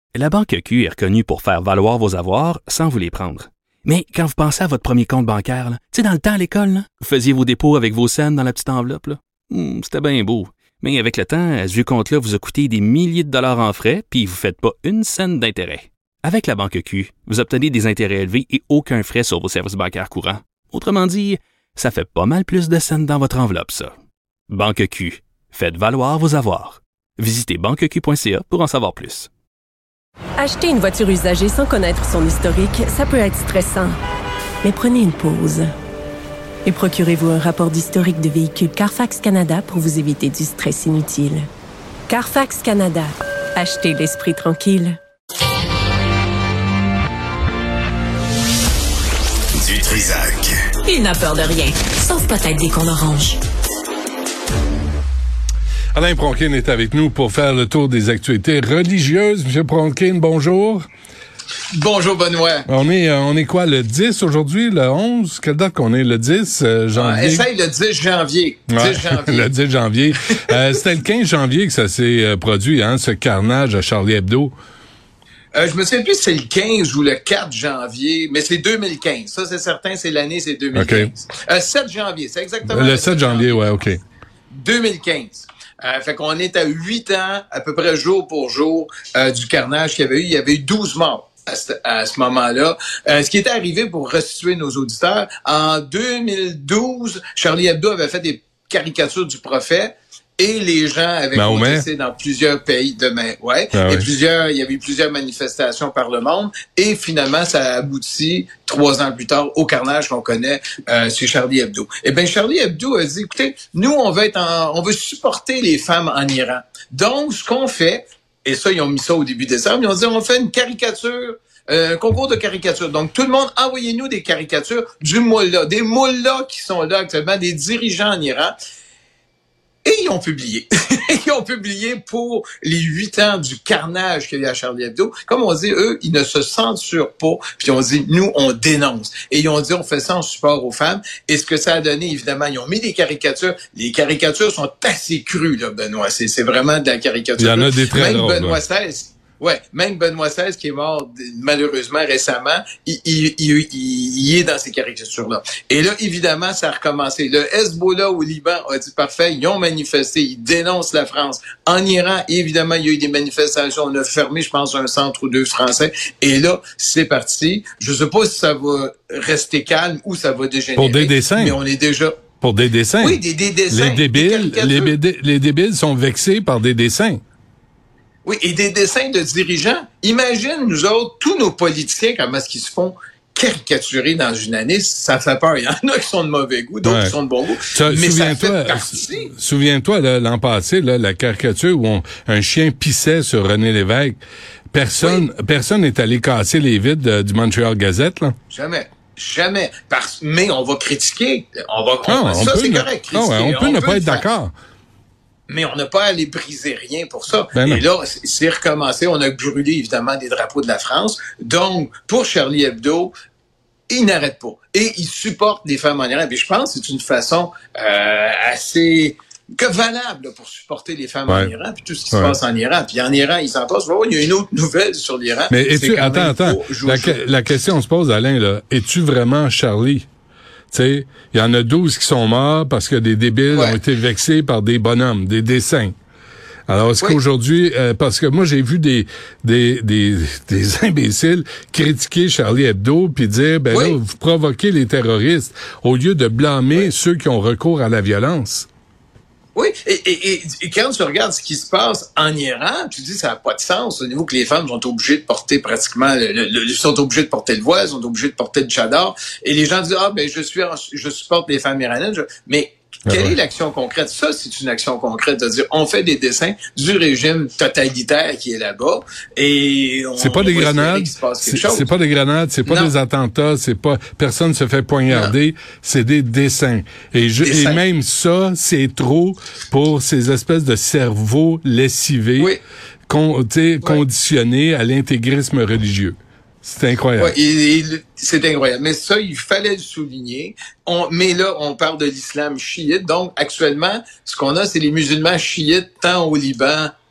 La Banque Q est reconnue pour faire valoir vos avoirs sans vous les prendre. Mais quand vous pensez à votre premier compte bancaire, tu sais, dans le temps à l'école, là, vous faisiez vos dépôts avec vos scènes dans la petite enveloppe. Là. C'était bien beau. Mais avec le temps, ce vieux compte-là vous a coûté des milliers de dollars en frais, puis vous ne faites pas une scène d'intérêt. Avec la Banque Q, vous obtenez des intérêts élevés et aucun frais sur vos services bancaires courants. Autrement dit, ça fait pas mal plus de scènes dans votre enveloppe, ça. Banque Q. Faites valoir vos avoirs. Visitez banqueq.ca pour en savoir plus. Acheter une voiture usagée sans connaître son historique, ça peut être stressant. Mais prenez une pause. Et procurez-vous un rapport d'historique de véhicule Carfax Canada pour vous éviter du stress inutile. Carfax Canada. Achetez l'esprit tranquille. Du Trizac. Il n'a peur de rien, sauf peut-être des qu'on orange. Alain Pronkin est avec nous pour faire le tour des actualités religieuses. Monsieur Pronkin, bonjour. Bonjour Benoît. On est quoi, le 10 aujourd'hui, le 11? Quelle date qu'on est, le 10 janvier? Essaye le 10 janvier. Ouais, 10 janvier. Le 10 janvier. C'était le 15 janvier que ça s'est produit, hein, ce carnage à Charlie Hebdo. Je me souviens plus si c'est le 15 ou le 4 janvier, mais c'est 2015. Ça, c'est certain, c'est l'année, c'est 2015. Okay. 7 janvier, c'est exactement le 7 janvier, ouais, OK. 2015. Fait qu'on est à 8 ans, à peu près jour pour jour, du carnage qu'il y avait eu. Il y avait eu 12 morts à ce moment-là. Ce qui était arrivé, pour restituer nos auditeurs, en 2012, Charlie Hebdo avait fait des caricatures du prophète et les gens avaient protesté dans plusieurs pays demain. Ouais. Et il y avait eu plusieurs manifestations par le monde. Et finalement, ça a abouti 3 ans plus tard au carnage qu'on connaît chez Charlie Hebdo. Eh bien, Charlie Hebdo a dit, écoutez, nous, on veut supporter les femmes en Iran. Donc, ce qu'on fait, et ça, ils ont mis ça au début décembre, ils ont dit, on fait une caricature, un concours de caricature. Donc, tout le monde, envoyez-nous des caricatures du moullah, des mullahs qui sont là actuellement, des dirigeants en Iran. Et ils ont publié. Ils ont publié pour les 8 ans du carnage qu'il y a eu à Charlie Hebdo. Comme on dit, eux, ils ne se censurent pas. Puis on dit, nous, on dénonce. Et ils ont dit, on fait ça en support aux femmes. Et ce que ça a donné, évidemment, ils ont mis des caricatures. Les caricatures sont assez crues, là, Benoît. C'est vraiment de la caricature. Il y en a des très drôles. Même Benoît XVI. Ouais, même Benoît XVI, qui est mort malheureusement récemment, il est dans ces caricatures-là. Et là, évidemment, ça a recommencé. Le Hezbollah au Liban a dit parfait, ils ont manifesté, ils dénoncent la France. En Iran, évidemment, il y a eu des manifestations. On a fermé, je pense, un centre ou 2 français. Et là, c'est parti. Je sais pas si ça va rester calme ou ça va dégénérer. Pour des dessins. Mais on est déjà... Pour des dessins. Oui, des dessins. Les débiles sont vexés par des dessins. Oui, et des dessins de dirigeants. Imagine, nous autres, tous nos politiciens, comment est-ce qu'ils se font caricaturer dans une année, ça fait peur. Il y en a qui sont de mauvais goût, d'autres qui sont de bon goût. Mais ça fait partie. Souviens-toi, là, l'an passé, là, la caricature où un chien pissait sur René Lévesque. Personne n'est allé casser les vitres du Montreal Gazette, là. Jamais. Mais on va critiquer. Ça, c'est correct. Critiquer. On peut ne pas être d'accord. Mais on n'a pas à aller briser rien pour ça. Et là, c'est recommencé. On a brûlé, évidemment, des drapeaux de la France. Donc, pour Charlie Hebdo, il n'arrête pas. Et il supporte les femmes en Iran. Puis je pense que c'est une façon assez valable là, pour supporter les femmes en Iran, puis tout ce qui se passe en Iran. Puis en Iran, ils s'en passent. Il y a une autre nouvelle sur l'Iran. Mais attends. La question se pose, Alain, là. Es-tu vraiment Charlie? Tu sais, il y en a 12 qui sont morts parce que des débiles ont été vexés par des bonhommes, des dessins. Alors, est-ce qu'aujourd'hui, parce que moi, j'ai vu des imbéciles critiquer Charlie Hebdo puis dire, là, vous provoquez les terroristes au lieu de blâmer ceux qui ont recours à la violence. Oui, et quand tu regardes ce qui se passe en Iran, tu dis ça n'a pas de sens au niveau que les femmes sont obligées de porter pratiquement sont obligées de porter le voile, sont obligées de porter le tchadar, et les gens disent je supporte les femmes iraniennes, mais quelle est l'action concrète? Ça, c'est une action concrète de dire on fait des dessins du régime totalitaire qui est là-bas et c'est pas des grenades, c'est pas des grenades, c'est pas des attentats, c'est pas personne se fait poignarder, c'est des dessins. Et même ça, c'est trop pour ces espèces de cerveaux lessivés conditionnés à l'intégrisme religieux. C'est incroyable. C'est incroyable. Mais ça, il fallait le souligner. Mais là, on parle de l'islam chiite. Donc, actuellement, ce qu'on a, c'est les musulmans chiites, tant au Liban,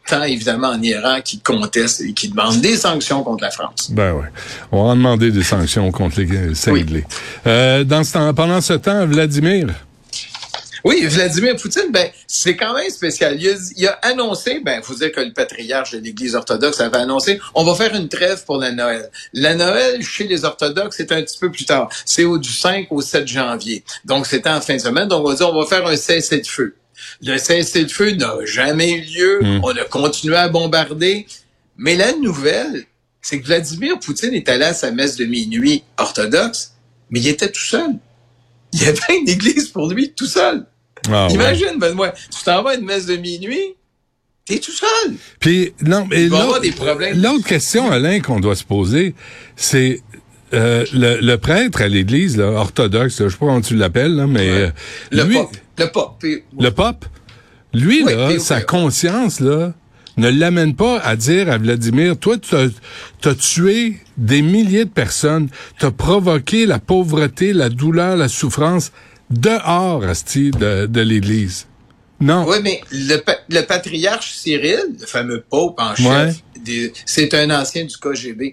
tant évidemment en Iran qui contestent et qui demandent des sanctions contre la France. Ben ouais. On va en demander des sanctions contre les cinglés. Oui. Pendant ce temps, Vladimir. Oui, Vladimir Poutine, c'est quand même spécial. Il a annoncé, faut dire que le patriarche de l'Église orthodoxe avait annoncé, on va faire une trêve pour la Noël. La Noël, chez les orthodoxes, c'est un petit peu plus tard. C'est du 5 au 7 janvier. Donc, c'était en fin de semaine. Donc, on va dire, on va faire un cessez-le-feu. Le cessez-le-feu n'a jamais eu lieu. On a continué à bombarder. Mais la nouvelle, c'est que Vladimir Poutine est allé à sa messe de minuit orthodoxe, mais il était tout seul. Il y avait une église pour lui tout seul. Ah, imagine, Benoît, tu t'en vas à une messe de minuit, t'es tout seul. Puis, non, mais il va y avoir des problèmes. L'autre question, Alain, qu'on doit se poser, c'est le prêtre à l'église là, orthodoxe, là, je sais pas comment tu l'appelles, là, mais le pape. Lui, là, sa conscience, là, ne l'amène pas à dire à Vladimir, toi, t'as tué des milliers de personnes, t'as provoqué la pauvreté, la douleur, la souffrance dehors, asti, de l'Église. Non. Oui, mais le patriarche Cyril, le fameux pope en chef, c'est un ancien du KGB.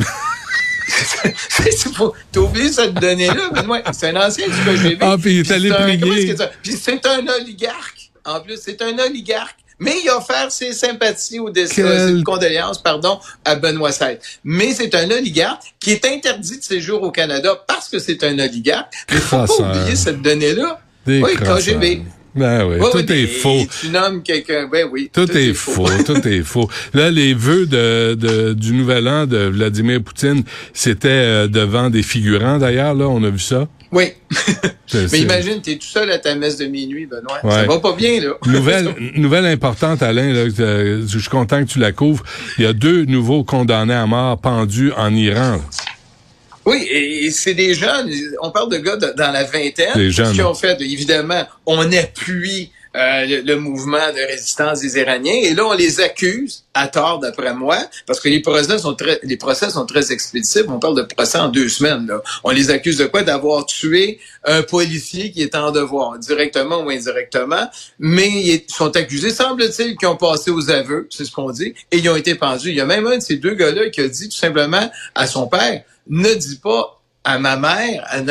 T'as oublié cette donnée-là, Benoît. C'est un ancien du KGB. Ah, puis il est allé prier. Puis c'est un oligarque. En plus, c'est un oligarque. Mais il a offert ses sympathies ou ses condoléances, à Benoît XVI. Mais c'est un oligarque qui est interdit de séjour au Canada parce que c'est un oligarque. Mais faut pas oublier cette donnée-là. Oui, KGB. Ben oui, tout est faux. Tu nommes quelqu'un, oui. Tout est faux, tout est faux. Là, les vœux du Nouvel An de Vladimir Poutine, c'était devant des figurants d'ailleurs, là, on a vu ça. Oui. Mais imagine, t'es tout seul à ta messe de minuit, Benoît. Ouais. Ça va pas bien, là. Nouvelle importante, Alain, là, je suis content que tu la couvres. Il y a 2 nouveaux condamnés à mort pendus en Iran. Là. Oui, et c'est des jeunes, on parle de gars dans la vingtaine, qui ont fait, évidemment, on appuie le mouvement de résistance des Iraniens, et là, on les accuse, à tort d'après moi, parce que les procès sont très expéditifs, on parle de procès en 2 semaines, là. On les accuse de quoi? D'avoir tué un policier qui est en devoir, directement ou indirectement, mais ils sont accusés, semble-t-il, qu'ils ont passé aux aveux, c'est ce qu'on dit, et ils ont été pendus. Il y a même un de ces 2 gars-là qui a dit tout simplement à son père, ne dis pas à ma mère, à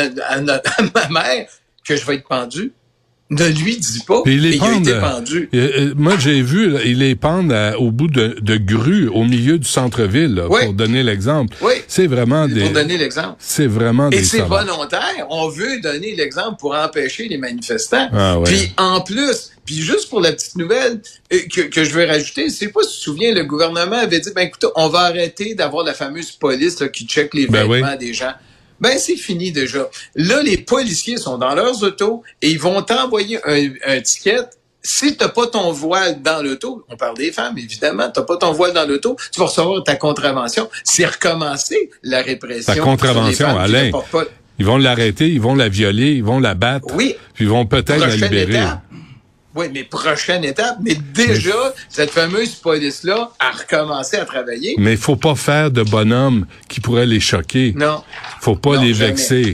ma mère que je vais être pendu. Ne lui dis pas. Il a été pendu. Moi, j'ai vu, là, il est pendu au bout de grues au milieu du centre-ville, là, pour donner l'exemple. Oui. C'est vraiment pour donner l'exemple. C'est vraiment Et c'est volontaire. On veut donner l'exemple pour empêcher les manifestants. Ah, ouais. Puis en plus, juste pour la petite nouvelle que je veux rajouter, c'est pas si tu te souviens, le gouvernement avait dit, écoute, on va arrêter d'avoir la fameuse police là, qui check les vêtements des gens. C'est fini déjà. Là, les policiers sont dans leurs autos et ils vont t'envoyer un ticket. Si t'as pas ton voile dans l'auto, on parle des femmes, évidemment, t'as pas ton voile dans l'auto, tu vas recevoir ta contravention. C'est recommencer la répression. Ta contravention, Alain. Ils vont l'arrêter, ils vont la violer, ils vont la battre. Oui. Puis ils vont peut-être la libérer. Oui, mais prochaine étape. Mais déjà, cette fameuse police-là a recommencé à travailler. Mais il faut pas faire de bonhommes qui pourraient les choquer. Non. Faut pas les vexer.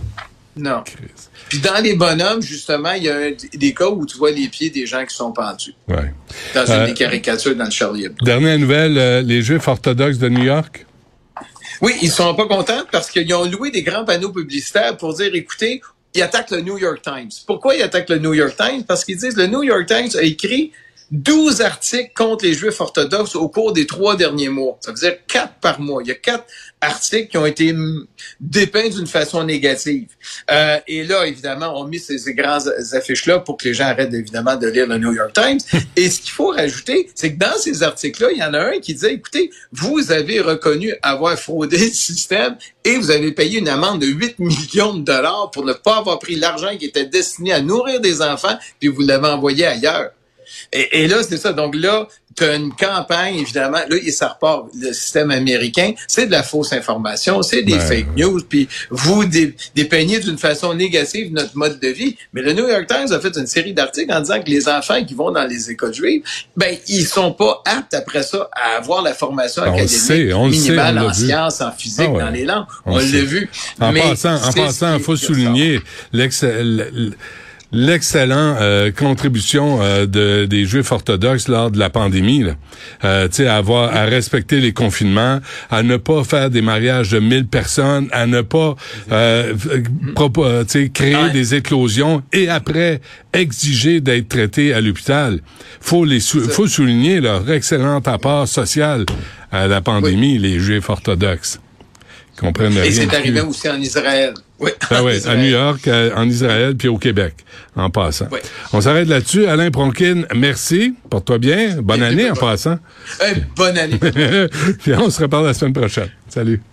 Non. Puis dans les bonhommes, justement, il y a des cas où tu vois les pieds des gens qui sont pendus. Ouais. Dans une des caricatures dans le Charlie Hebdo. Dernière nouvelle, les Juifs orthodoxes de New York? Oui, ils sont pas contents parce qu'ils ont loué des grands panneaux publicitaires pour dire, écoutez, ils attaquent le New York Times. Pourquoi ils attaquent le New York Times? Parce qu'ils disent le New York Times a écrit 12 articles contre les Juifs orthodoxes au cours des 3 derniers mois. Ça veut dire 4 par mois. Il y a 4 articles qui ont été dépeints d'une façon négative. Et là, évidemment, on a mis ces grandes affiches-là pour que les gens arrêtent, évidemment, de lire le New York Times. Et ce qu'il faut rajouter, c'est que dans ces articles-là, il y en a un qui disait, écoutez, vous avez reconnu avoir fraudé le système et vous avez payé une amende de 8 millions de dollars pour ne pas avoir pris l'argent qui était destiné à nourrir des enfants, puis vous l'avez envoyé ailleurs. Et là, c'est ça. Donc là, tu as une campagne, évidemment. Là, ça repart. Le système américain, c'est de la fausse information, c'est des fake news, puis vous dépeignez d'une façon négative notre mode de vie. Mais le New York Times a fait une série d'articles en disant que les enfants qui vont dans les écoles juives, ils sont pas aptes après ça à avoir la formation académique minimale en sciences, en physique, dans les langues. On l'a vu. En passant, il faut souligner l'excellente contribution des Juifs orthodoxes lors de la pandémie, là. Tu sais, à respecter les confinements, à ne pas faire des mariages de 1000 personnes, à ne pas créer des éclosions et après exiger d'être traités à l'hôpital. Faut souligner leur excellent apport social à la pandémie, les Juifs orthodoxes. Et c'est arrivé aussi en Israël. Oui, à New York, en Israël, puis au Québec, en passant. Oui. On s'arrête là-dessus. Alain Pronkin, merci. Porte-toi bien. Bonne année en passant. Bonne année. Puis on se reparle la semaine prochaine. Salut.